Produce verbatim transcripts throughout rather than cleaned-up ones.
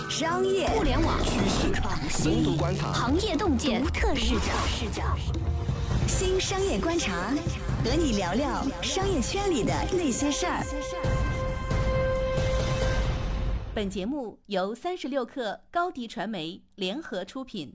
商业、 互联网、 趋势、深度观察、 行业洞见、 独特视角。新商业观察，和你聊聊商业圈里的那些事儿。 本节目由三十六氪高迪传媒联合出品。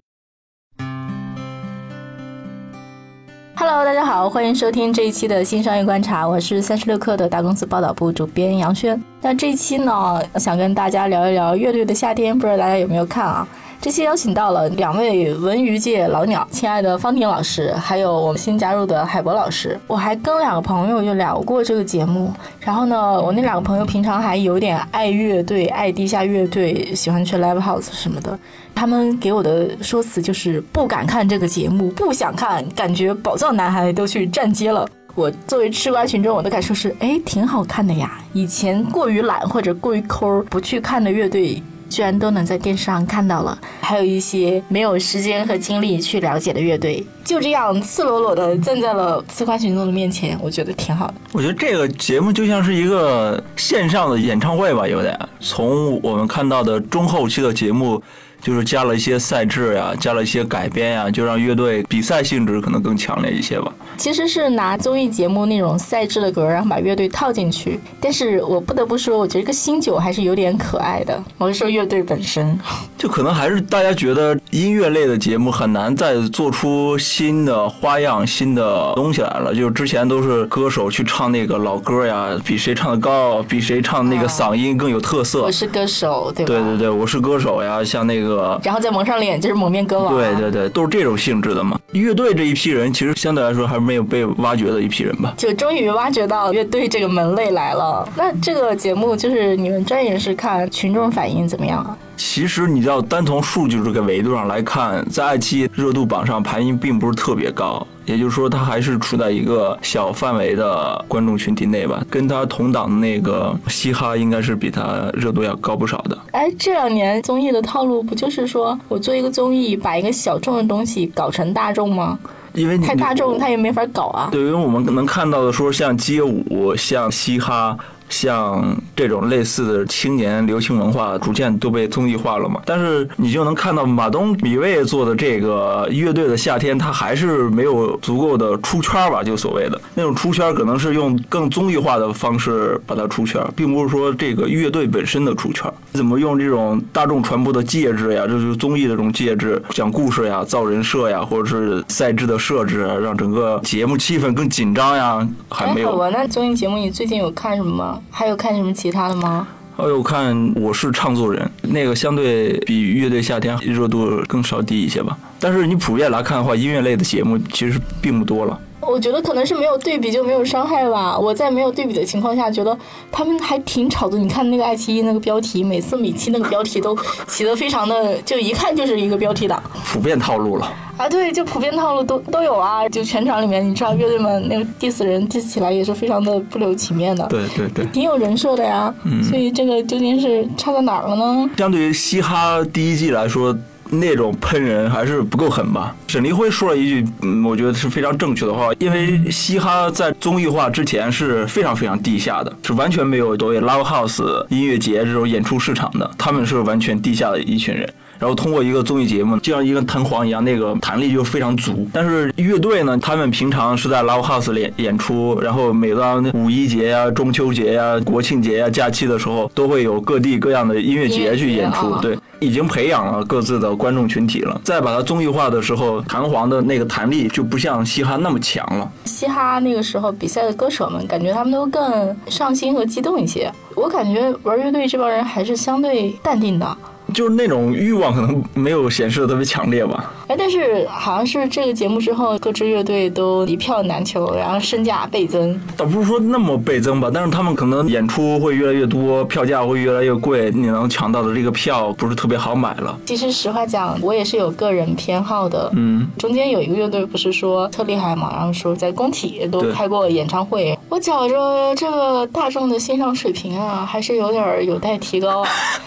Hello， 大家好，欢迎收听这一期的新商业观察，我是三十六氪的大公司报道部主编杨轩。那这一期呢，想跟大家聊一聊乐队的夏天，不知道大家有没有看啊？这期邀请到了两位文娱界老鸟，亲爱的方婷老师，还有我们新加入的海博老师。我还跟两个朋友就聊过这个节目，然后呢，我那两个朋友平常还有点爱乐队、爱地下乐队，喜欢去 live house 什么的。他们给我的说辞就是不敢看这个节目，不想看，感觉宝藏男孩都去站街了。我作为吃瓜群众，我的感受是，哎，挺好看的呀。以前过于懒或者过于抠不去看的乐队，居然都能在电视上看到了，还有一些没有时间和精力去了解的乐队，就这样赤裸裸的站在了吃瓜群众的面前，我觉得挺好的。 我觉得这个节目就像是一个线上的演唱会吧，有点。从我们看到的中后期的节目，就是加了一些赛制呀，加了一些改编呀，就让乐队比赛性质可能更强烈一些吧。 其实是拿综艺节目那种赛制的歌，然后把乐队套进去。但是我不得不说，我觉得这个新九还是有点可爱的。我是说乐队本身， 就可能还是大家觉得音乐类的节目很难再做出新的花样、新的东西来了。就是之前都是歌手去唱那个老歌呀，比谁唱得高，比谁唱那个嗓音更有特色。 我是歌手，对吧？ 对对对，我是歌手呀，像那个。 然后再蒙上脸就是蒙面歌王。 对对对，都是这种性质的嘛。乐队这一批人其实相对来说还是没有被挖掘的一批人吧， 就终于挖掘到乐队这个门类来了。那这个节目就是你们专业人士看群众反应怎么样啊？ 其实你要单从数据这个维度上来看，在爱奇艺热度榜上排名并不是特别高，也就是说它还是处在一个小范围的观众群体内吧，跟它同档的那个嘻哈应该是比它热度要高不少的。 哎，这两年综艺的套路不就是说我做一个综艺，把一个小众的东西搞成大众吗？ 因为你太大众他也没法搞啊。 对，因为我们能看到的说像街舞、像嘻哈、像这种类似的青年流行文化逐渐都被综艺化了嘛，但是你就能看到马东米未做的这个乐队的夏天，他还是没有足够的出圈吧，就所谓的那种出圈可能是用更综艺化的方式把它出圈，并不是说这个乐队本身的出圈。怎么用这种大众传播的介质呀，这就是综艺的这种介质，讲故事呀、造人设呀，或者是赛制的设置，让整个节目气氛更紧张呀，还没有。 哎，好吧，那综艺节目你最近有看什么吗？还有看什么其他的吗？ 还有看我是唱作人，那个相对比乐队夏天热度更稍低一些吧。但是你普遍来看的话，音乐类的节目其实并不多了。 我觉得可能是没有对比就没有伤害吧。我在没有对比的情况下，觉得他们还挺吵的。你看那个爱奇艺那个标题，每次每期那个标题都起得非常的，就一看就是一个标题党， 普遍套路了啊。对，就普遍套路都都有啊。就全场里面，你知道乐队们那个 diss 人 diss 起来也是非常的不留情面的。 对对对， 挺有人设的呀。嗯，所以这个究竟是差在哪儿了呢？ 相对于嘻哈第一季来说，那种喷人还是不够狠吧。沈黎辉说了一句嗯，我觉得是非常正确的话，因为嘻哈在综艺化之前是非常非常地下的，是完全没有所谓 live house 音乐节这种演出市场的，他们是完全地下的一群人，然后通过一个综艺节目就像一个弹簧一样，那个弹力就非常足。但是乐队呢，他们平常是在 live house 演演出，然后每当五一节呀、中秋节呀、国庆节呀、假期的时候，都会有各地各样的音乐节去演出。对，已经培养了各自的观众群体了，再把它综艺化的时候，弹簧的那个弹力就不像嘻哈那么强了。 嘻哈那个时候比赛的歌手们，感觉他们都更上心和激动一些。我感觉玩乐队这帮人还是相对淡定的。 就是那种欲望可能没有显示的特别强烈吧。 哎，但是好像是这个节目之后，各支乐队都一票难求，然后身价倍增。 倒不是说那么倍增吧，但是他们可能演出会越来越多，票价会越来越贵，你能抢到的这个票不是特别好买了。 其实实话讲，我也是有个人偏好的。嗯，中间有一个乐队不是说特厉害嘛，然后说在工体都开过演唱会。我觉着这个大众的欣赏水平啊，还是有点有待提高。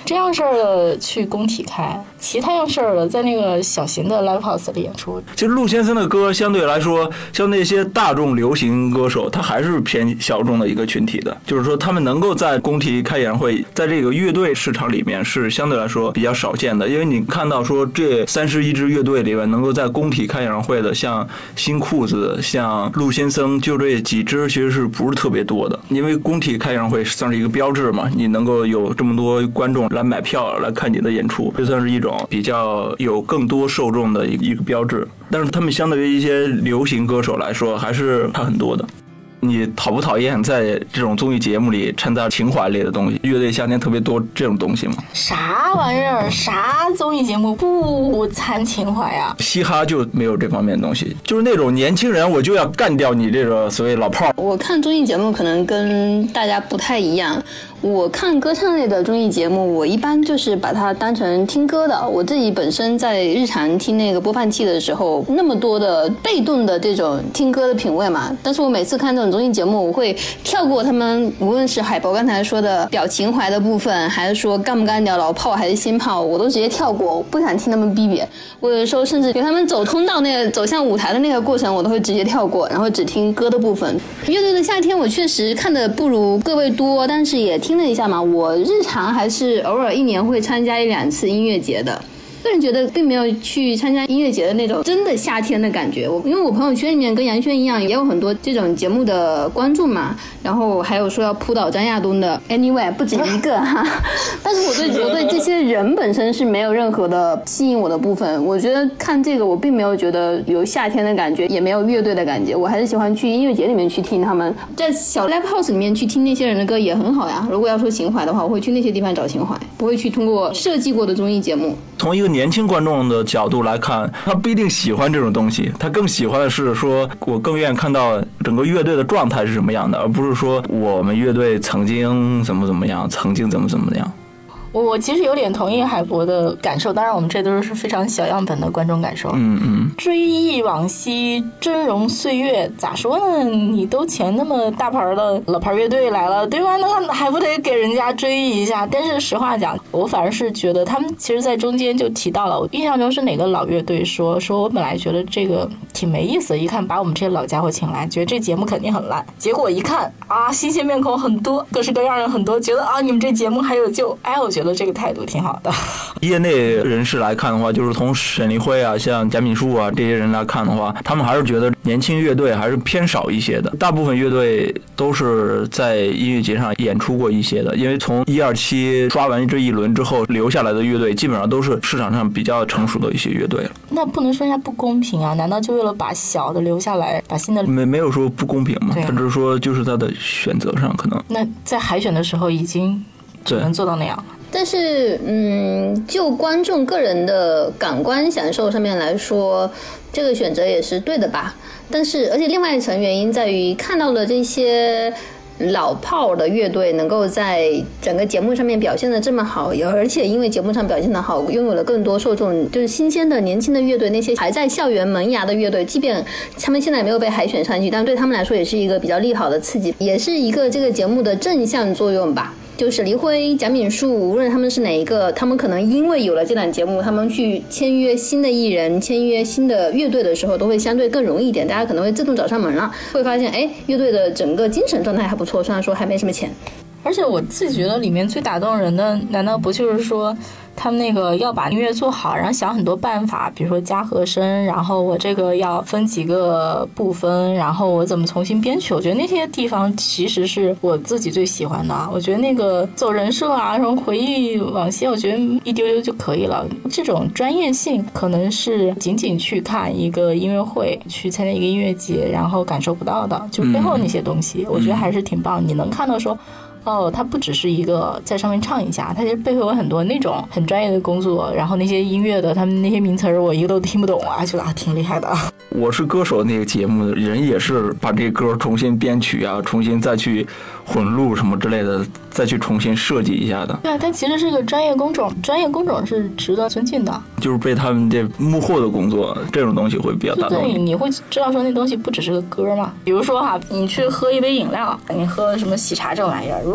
这样事儿的去工体开，其他样事儿的在那个小型的 live house 里演出。 其实陆先生的歌相对来说，像那些大众流行歌手，他还是偏小众的一个群体的，就是说他们能够在工体开演唱会，在这个乐队市场里面是相对来说比较少见的。因为你看到说这三十一支乐队里面能够在工体开演唱会的，像新裤子、像陆先生，就这几支其实是不是特别多的。因为工体开演唱会算是一个标志嘛，你能够有这么多观众来买票来看你的演出，这算是一种比较有更多受众的一个标志。但是他们相对于一些流行歌手来说还是差很多的。你讨不讨厌在这种综艺节目里掺杂情怀类的东西？乐队夏天特别多这种东西吗？ 啥玩意儿？啥综艺节目不掺情怀啊？ 嘻哈就没有这方面的东西，就是那种年轻人我就要干掉你这个所谓老炮。 我看综艺节目可能跟大家不太一样，我看歌唱类的综艺节目，我一般就是把它当成听歌的。我自己本身在日常听那个播放器的时候，那么多的被动的这种听歌的品味嘛，但是我每次看这种综艺节目，我会跳过他们，无论是海博刚才说的表情怀的部分，还是说干不干掉老炮还是新炮，我都直接跳过，我不想听他们逼别。我有的时候甚至给他们走通道那个走向舞台的那个过程，我都会直接跳过，然后只听歌的部分。乐队的夏天我确实看的不如各位多，但是也听了一下嘛，我日常还是偶尔一年会参加一两次音乐节的。个人觉得并没有去参加音乐节的那种真的夏天的感觉。我因为我朋友圈里面跟杨轩一样，也有很多这种节目的关注嘛，然后还有说要扑倒张亚东的 Anyway 不止一个哈。但是我对我对这些人本身是没有任何的吸引我的部分。我觉得看这个我并没有觉得有夏天的感觉，也没有乐队的感觉，我还是喜欢去音乐节里面去听他们，在小 live house 里面去听那些人的歌也很好呀。如果要说情怀的话，我会去那些地方找情怀，不会去通过设计过的综艺节目。 从一个年轻观众的角度来看，他不一定喜欢这种东西，他更喜欢的是说我更愿意看到整个乐队的状态是什么样的，而不是说我们乐队曾经怎么怎么样，曾经怎么怎么样。 我其实有点同意海博的感受，当然我们这都是非常小样本的观众感受。 嗯嗯。 追忆往昔，峥嵘岁月，咋说呢？你都请那么大牌的老牌乐队来了，对吧？那还不得给人家追忆一下？但是实话讲，我反而是觉得他们其实在中间就提到了，我印象中是哪个老乐队说说我本来觉得这个挺没意思的，一看把我们这些老家伙请来，觉得这节目肯定很烂，结果一看啊，新鲜面孔很多，各式各样人很多，觉得啊你们这节目还有救，哎，我觉得这个态度挺好的。 业内人士来看的话，就是从沈立辉啊、像贾敏树啊这些人来看的话，他们还是觉得年轻乐队还是偏少一些的。大部分乐队都是在音乐节上演出过一些的，因为从一二期刷完这一轮之后，留下来的乐队基本上都是市场上比较成熟的一些乐队了。 那不能说人家不公平啊？难道就为了把小的留下来，把新的没没有说不公平嘛？他只是说就是他的选择上可能。 那在海选的时候已经只能做到那样。 但是嗯，就观众个人的感官享受上面来说，这个选择也是对的吧。但是而且另外一层原因在于，看到了这些老炮的乐队能够在整个节目上面表现得这么好，而且因为节目上表现得好，拥有了更多受众，就是新鲜的年轻的乐队，那些还在校园萌芽的乐队，即便他们现在没有被海选上去，但对他们来说也是一个比较利好的刺激，也是一个这个节目的正向作用吧。就沈立辉、贾敏树，无论他们是哪一个，他们可能因为有了这档节目，他们去签约新的艺人、签约新的乐队的时候，都会相对更容易一点，大家可能会自动找上门了，会发现哎，乐队的整个精神状态还不错，虽然说还没什么钱。 而且我自己觉得里面最打动人的，难道不就是说他们那个要把音乐做好，然后想很多办法，比如说加和声，然后我这个要分几个部分，然后我怎么重新编曲，我觉得那些地方其实是我自己最喜欢的。我觉得那个走人设啊，什么回忆往昔，我觉得一丢丢就可以了。这种专业性可能是仅仅去看一个音乐会，去参加一个音乐节然后感受不到的，就背后那些东西、嗯、我觉得还是挺棒。你能看到说哦，他不只是一个在上面唱一下，他其实背后有很多那种很专业的工作，然后那些音乐的他们那些名词我一个都听不懂啊，觉得啊挺厉害的。 我是歌手那个节目的人也是把这歌重新编曲啊，重新再去混录什么之类的，再去重新设计一下的。 对，他其实是个专业工种，专业工种是值得尊敬的。 就是被他们这幕后的工作这种东西会比较打动你。 对，你会知道说那东西不只是个歌嘛。比如说哈，你去喝一杯饮料，你喝什么喜茶这种玩意儿，如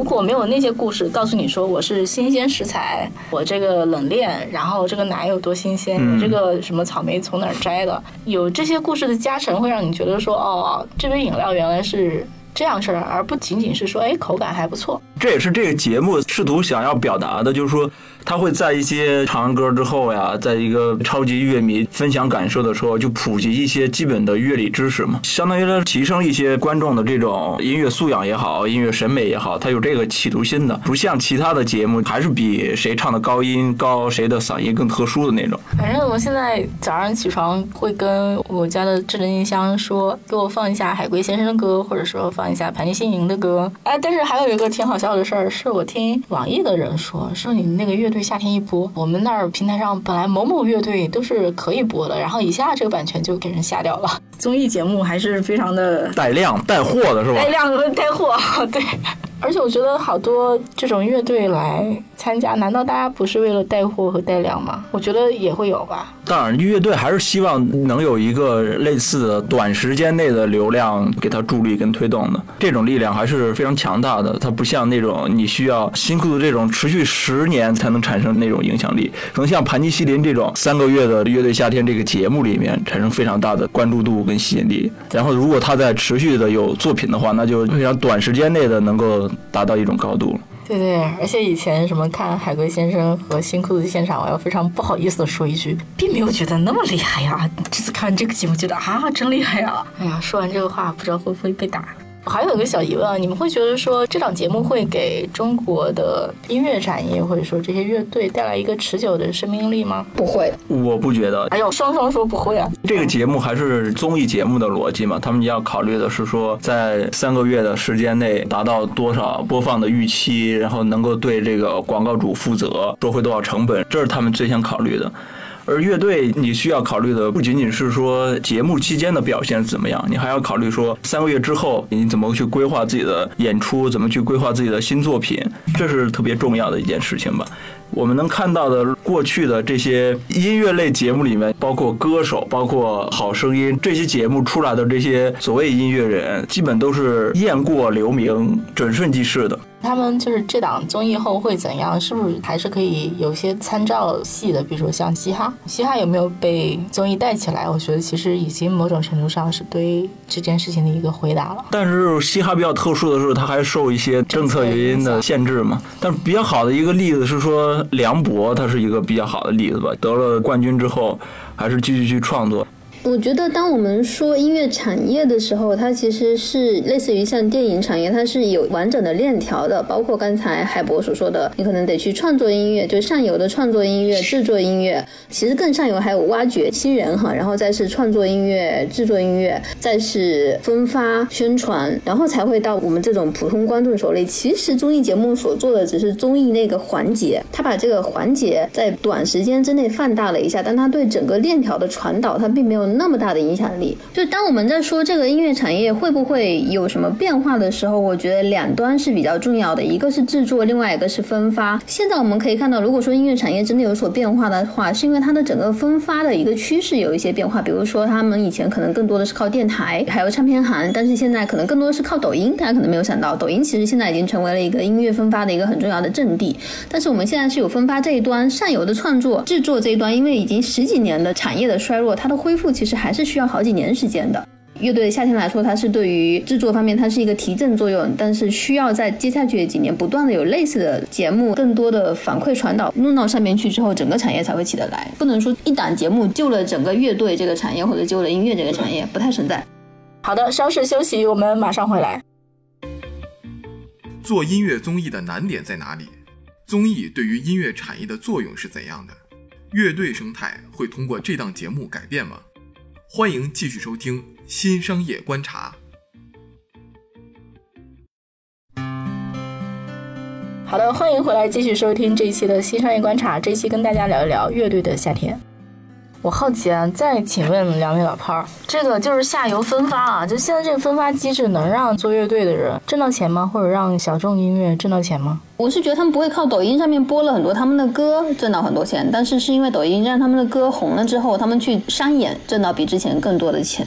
如果没有那些故事告诉你说我是新鲜食材，我这个冷链，然后这个奶有多新鲜， 嗯、 这个什么草莓从哪儿摘的，有这些故事的加成，会让你觉得说，哦，这杯饮料原来是这样事儿，而不仅仅是说，哎，口感还不错。 这也是这个节目试图想要表达的，就是说他会在一些唱歌之后呀，在一个超级乐迷分享感受的时候，就普及一些基本的乐理知识嘛，相当于是提升一些观众的这种音乐素养也好，音乐审美也好，他有这个企图心的，不像其他的节目还是比谁唱的高音高，谁的嗓音更特殊的那种。 反正我现在早上起床会跟我家的智能音箱说，给我放一下海龟先生的歌，或者说放一下盘尼西宁的歌。哎，但是还有一个挺好笑的事儿，是我听网易的人说，说你那个乐队夏天一播，我们那儿平台上本来某某乐队都是可以播的，然后一下这个版权就给人下掉了。综艺节目还是非常的带量带货的是吧？ 带量和带货，对。而且我觉得好多这种乐队来参加，难道大家不是为了带货和带量吗？我觉得也会有吧。 当然乐队还是希望能有一个类似的短时间内的流量给它助力跟推动的，这种力量还是非常强大的，它不像那种你需要辛苦的这种持续十年才能产生那种影响力，可能像盘尼西林这种三个月的乐队夏天这个节目里面产生非常大的关注度跟吸引力，然后如果它在持续的有作品的话，那就非常短时间内的能够达到一种高度了。 对对，而且以前什么看海龟先生和新裤子现场，我要非常不好意思的说一句，并没有觉得那么厉害呀。这次看完这个节目觉得啊，真厉害呀！哎呀，说完这个话不知道会不会被打。我还有一个小疑问啊，你们会觉得说这档节目会给中国的音乐产业或者说这些乐队带来一个持久的生命力吗？ 不会， 我不觉得。 哎呦，双双说不会啊。 这个节目还是综艺节目的逻辑嘛，他们要考虑的是说在三个月的时间内达到多少播放的预期，然后能够对这个广告主负责，收回多少成本，这是他们最想考虑的。而乐队你需要考虑的不仅仅是说节目期间的表现怎么样，你还要考虑说三个月之后你怎么去规划自己的演出，怎么去规划自己的新作品，这是特别重要的一件事情吧。我们能看到的过去的这些音乐类节目里面，包括歌手，包括好声音，这些节目出来的这些所谓音乐人，基本都是雁过留名，转瞬即逝的。 他们就是这档综艺后会怎样，是不是还是可以有些参照系的，比如说像嘻哈，嘻哈有没有被综艺带起来，我觉得其实已经某种程度上是对这件事情的一个回答了。 但是嘻哈比较特殊的是它还受一些政策原因的限制嘛。但是比较好的一个例子是说梁博，他是一个比较好的例子吧，得了冠军之后还是继续去创作。 我觉得当我们说音乐产业的时候，它其实是类似于像电影产业，它是有完整的链条的，包括刚才海博所说的，你可能得去创作音乐，就上游的创作音乐、制作音乐，其实更上游还有挖掘新人哈，然后再是创作音乐、制作音乐，再是分发、宣传，然后才会到我们这种普通观众手里。其实综艺节目所做的只是综艺那个环节，它把这个环节在短时间之内放大了一下，但它对整个链条的传导，它并没有那么大的影响力。就当我们在说这个音乐产业会不会有什么变化的时候，我觉得两端是比较重要的，一个是制作，另外一个是分发。现在我们可以看到，如果说音乐产业真的有所变化的话，是因为它的整个分发的一个趋势有一些变化。比如说他们以前可能更多的是靠电台还有唱片行，但是现在可能更多的是靠抖音。大家可能没有想到，抖音其实现在已经成为了一个音乐分发的一个很重要的阵地。但是我们现在是有分发这一端，上游的创作制作这一端，因为已经十几年的产业的衰弱，它的恢复其实还是需要好几年时间的。乐队夏天来说，它是对于制作方面它是一个提振作用，但是需要在接下去的几年不断的有类似的节目，更多的反馈传导弄到上面去之后，整个产业才会起得来。不能说一档节目救了整个乐队这个产业，或者救了音乐这个产业，不太存在。 好的，稍事休息，我们马上回来。 做音乐综艺的难点在哪里？综艺对于音乐产业的作用是怎样的？乐队生态会通过这档节目改变吗？欢迎继续收听新商业观察。 好的，欢迎回来继续收听这一期的新商业观察。这一期跟大家聊一聊乐队的夏天。我好奇啊，再请问两位老炮儿，这个就是下游分发啊，就现在这个分发机制能让做乐队的人挣到钱吗？或者让小众音乐挣到钱吗？ 我是觉得他们不会靠抖音上面播了很多他们的歌挣到很多钱，但是是因为抖音让他们的歌红了之后，他们去商演挣到比之前更多的钱。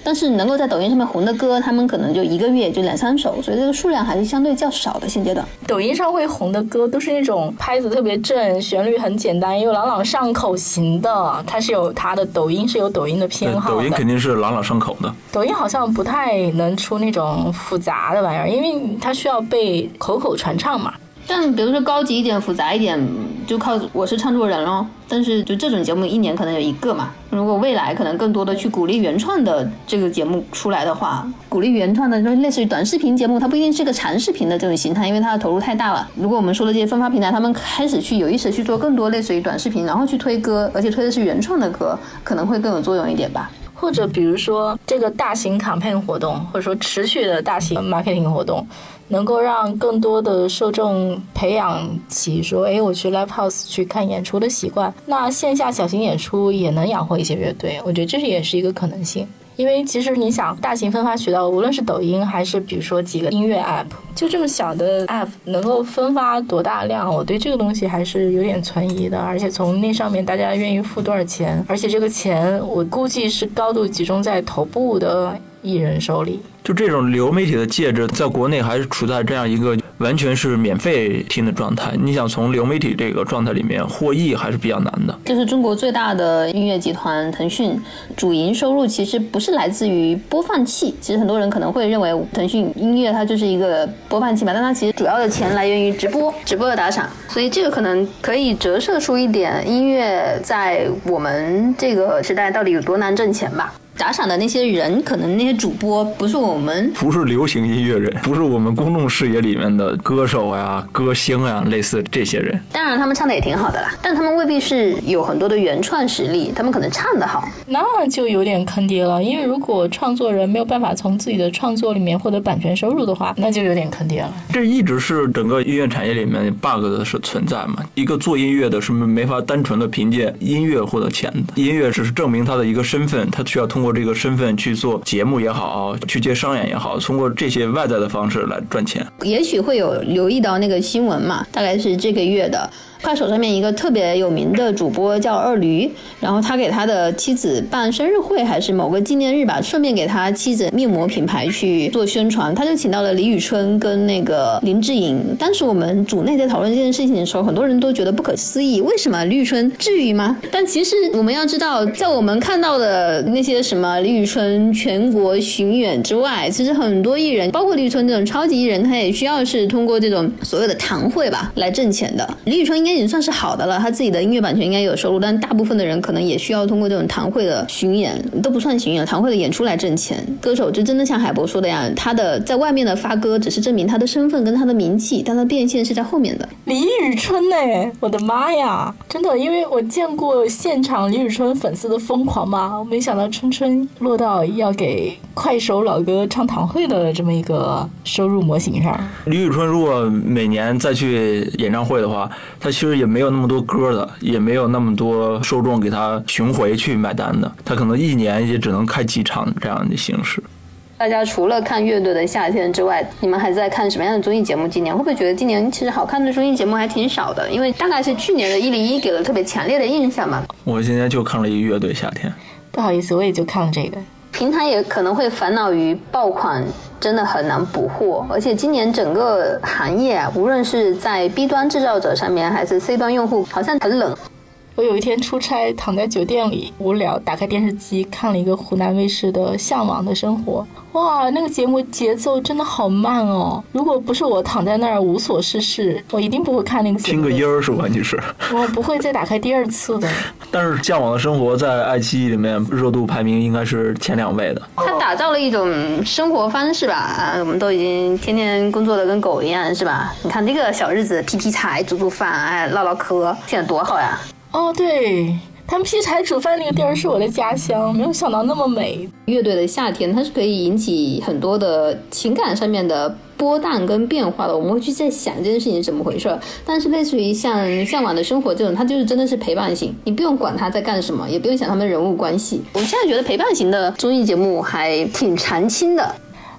但是能够在抖音上面红的歌，他们可能就一个月就两三首，所以这个数量还是相对较少的。现阶段抖音上会红的歌都是那种拍子特别正，旋律很简单又朗朗上口型的，它是有它的抖音是有抖音的偏好的。 抖音肯定是朗朗上口的。 抖音好像不太能出那种复杂的玩意儿，因为它需要被口口传唱嘛。 但比如说高级一点复杂一点就靠我是唱作人咯，但是就这种节目一年可能有一个嘛，如果未来可能更多的去鼓励原创的这个节目出来的话，鼓励原创的就类似于短视频节目，它不一定是个长视频的这种形态，因为它的投入太大了。如果我们说的这些分发平台他们开始去有意识去做更多类似于短视频，然后去推歌，而且推的是原创的歌，可能会更有作用一点吧。 或者比如说这个大型 campaign 活动，或者说持续的大型 marketing 活动，能够让更多的受众培养起说，哎，我去 live house 去看演出的习惯，那线下小型演出也能养活一些乐队，我觉得这也是一个可能性。因为其实你想，大型分发渠道无论是抖音还是比如说几个音乐 app， 就这么小的 app 能够分发多大量，我对这个东西还是有点存疑的。而且从那上面大家愿意付多少钱，而且这个钱我估计是高度集中在头部的艺人手里。 就这种流媒体的介质在国内还是处在这样一个完全是免费听的状态，你想从流媒体这个状态里面获益还是比较难的。 就是中国最大的音乐集团腾讯，主营收入其实不是来自于播放器，其实很多人可能会认为腾讯音乐它就是一个播放器嘛，但它其实主要的钱来源于直播直播的打赏，所以这个可能可以折射出一点音乐在我们这个时代到底有多难挣钱吧。打赏的那些人，可能那些主播不是我们， 不是流行音乐人，不是我们公众视野里面的歌手呀、歌星呀，类似这些人。 当然他们唱的也挺好的啦，但他们未必是有很多的原创实力，他们可能唱得好， 那就有点坑爹了。因为如果创作人没有办法从自己的创作里面获得版权收入的话，那就有点坑爹了。 这一直是整个音乐产业里面 bug 的是存在嘛？一个做音乐的是没法单纯的凭借音乐获得钱的，音乐只是证明他的一个身份，他需要通过这个身份去做节目也好，去接商演也好，通过这些外在的方式来赚钱。 也许会有留意到那个新闻嘛，大概是这个月的。快手上面一个特别有名的主播叫二驴，然后他给他的妻子办生日会还是某个纪念日吧，顺便给他妻子面膜品牌去做宣传，他就请到了李宇春跟那个林志颖。当时我们组内在讨论这件事情的时候，很多人都觉得不可思议，为什么李宇春至于吗？但其实我们要知道，在我们看到的那些什么李宇春全国巡演之外，其实很多艺人，包括李宇春这种超级艺人，他也需要是通过这种所谓的堂会吧来挣钱的。李宇春应该已经算是好的了，他自己的音乐版权应该有收入，但大部分的人可能也需要通过这种堂会的巡演，都不算巡演，堂会的演出来挣钱。歌手就真的像海博说的呀，他的在外面的发歌只是证明他的身份跟他的名气，但他变现是在后面的。 李宇春哎，我的妈呀，真的，因为我见过现场李宇春粉丝的疯狂嘛，我没想到春春落到要给快手老哥唱堂会的这么一个收入模型上。 李宇春如果每年再去演唱会的话，他其实也没有那么多歌的，也没有那么多受众给他巡回去买单的，他可能一年也只能开几场这样的形式。 大家除了看乐队的夏天之外，你们还在看什么样的综艺节目？今年会不会觉得今年其实好看的综艺节目还挺少的？因为大概是去年的一零一给了特别强烈的印象嘛。 我今天就看了一个乐队夏天。 不好意思，我也就看了这个。 平台也可能会烦恼于爆款真的很难补货，而且今年整个行业啊，无论是在 B 端制造者上面还是 C 端用户，好像很冷。 我有一天出差，躺在酒店里无聊，打开电视机看了一个湖南卫视的《向往的生活》。哇，那个节目节奏真的好慢哦！如果不是我躺在那儿无所事事，我一定不会看那个节目。 听个音儿是吧？你是？ 我不会再打开第二次的。 但是《向往的生活》在爱奇艺里面热度排名应该是前两位的。 它打造了一种生活方式吧，我们都已经天天工作的跟狗一样，是吧？你看这个小日子，劈劈柴、煮煮饭，哎，唠唠嗑，现在多好呀！ 哦，对，他们劈柴煮饭那个地儿是我的家乡，没有想到那么美。 乐队的夏天，它是可以引起很多的情感上面的波荡跟变化的，我们会去在想这件事情是怎么回事。但是类似于像《向往的生活》这种，它就是真的是陪伴型，你不用管他在干什么，也不用想他们的人物关系。我现在觉得陪伴型的综艺节目还挺常青的。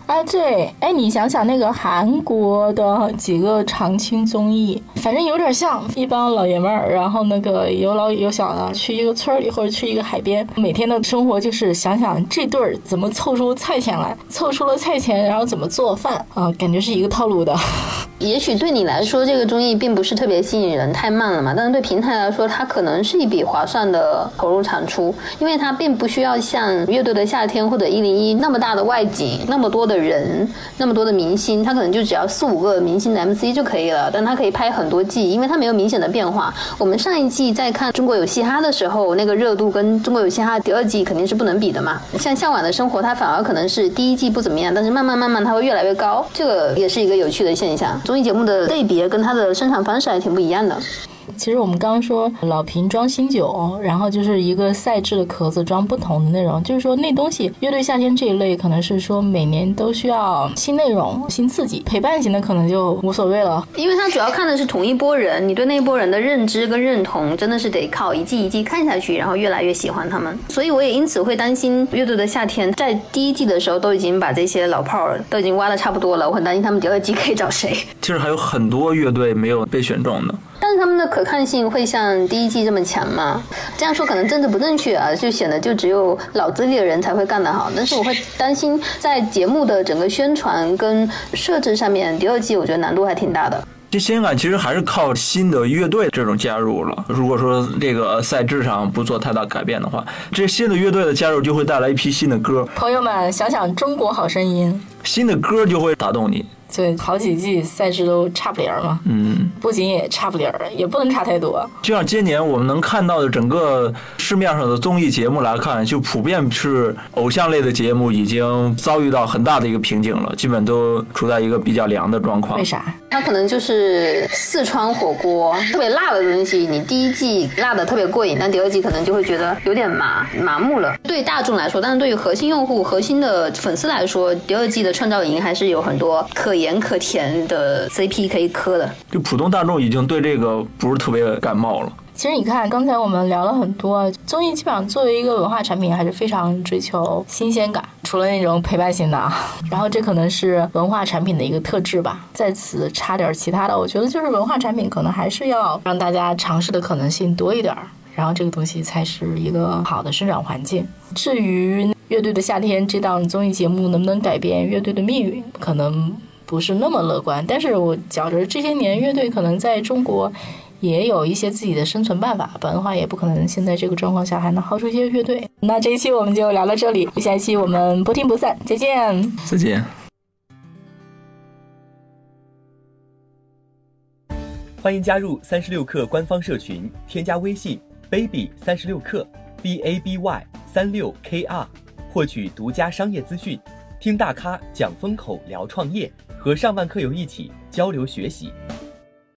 啊，对，哎，你想想那个韩国的几个常青综艺，反正有点像一帮老爷们儿，然后那个有老有小的去一个村里或者去一个海边，每天的生活就是想想这对儿怎么凑出菜钱来，凑出了菜钱，然后怎么做饭啊，感觉是一个套路的。 也许对你来说这个综艺并不是特别吸引人，太慢了嘛，但是对平台来说它可能是一笔划算的投入产出，因为它并不需要像乐队的夏天或者一零一那么大的外景，那么多的人，那么多的明星，它可能就只要四五个明星的 M C 就可以了，但它可以拍很多季，因为它没有明显的变化。我们上一季在看中国有嘻哈的时候，那个热度跟中国有嘻哈第二季肯定是不能比的嘛。像向晚的生活它反而可能是第一季不怎么样，但是慢慢慢慢它会越来越高，这个也是一个有趣的现象。综艺节目的类别跟它的生产方式还挺不一样的。 其实我们刚刚说老瓶装新酒，然后就是一个赛制的壳子装不同的内容，就是说那东西乐队夏天这一类可能是说每年都需要新内容新刺激，陪伴型的可能就无所谓了， 因为它主要看的是同一波人，你对那一波人的认知跟认同真的是得靠一季一季看下去，然后越来越喜欢他们。所以我也因此会担心乐队的夏天在第一季的时候都已经把这些老炮儿都已经挖得差不多了，我很担心他们第二季可以找谁。 其实还有很多乐队没有被选中的， 但是他们的可看性会像第一季这么强吗？这样说可能政治不正确啊，就显得就只有脑子里的人才会干得好。但是我会担心在节目的整个宣传跟设置上面，第二季我觉得难度还挺大的。 这新鲜感其实还是靠新的乐队这种加入了。如果说这个赛制上不做太大改变的话，这新的乐队的加入就会带来一批新的歌。 朋友们想想中国好声音， 新的歌就会打动你。 对，好几季赛制都差不离儿嘛， 嗯， 不仅也差不离儿，也不能差太多。 就像今年我们能看到的整个市面上的综艺节目来看，就普遍是偶像类的节目已经遭遇到很大的一个瓶颈了，基本都处在一个比较凉的状况。 为啥？ 它可能就是四川火锅特别辣的东西，你第一季辣的特别过瘾，但第二季可能就会觉得有点麻麻木了。对大众来说，但是对于核心用户、核心的粉丝来说，第二季的创造营还是有很多可盐可甜的 C P 可以磕的。 就普通大众已经对这个不是特别感冒了。 其实你看，刚才我们聊了很多综艺，基本上作为一个文化产品，还是非常追求新鲜感，除了那种陪伴型的啊。然后这可能是文化产品的一个特质吧。在此插点其他的，我觉得就是文化产品可能还是要让大家尝试的可能性多一点，然后这个东西才是一个好的生长环境。至于乐队的夏天这档综艺节目能不能改变乐队的命运，可能不是那么乐观。但是我觉着这些年乐队可能在中国也有一些自己的生存办法，不然的话也不可能现在这个状况下还能薅出一些乐队。那这一期我们就聊到这里，下一期我们不听不散，再见。 再见。 欢迎加入三十六课官方社群，添加微信 baby 三十六课 b a b y 三六 k r， 获取独家商业资讯，听大咖讲风口聊创业，和上万课友一起交流学习。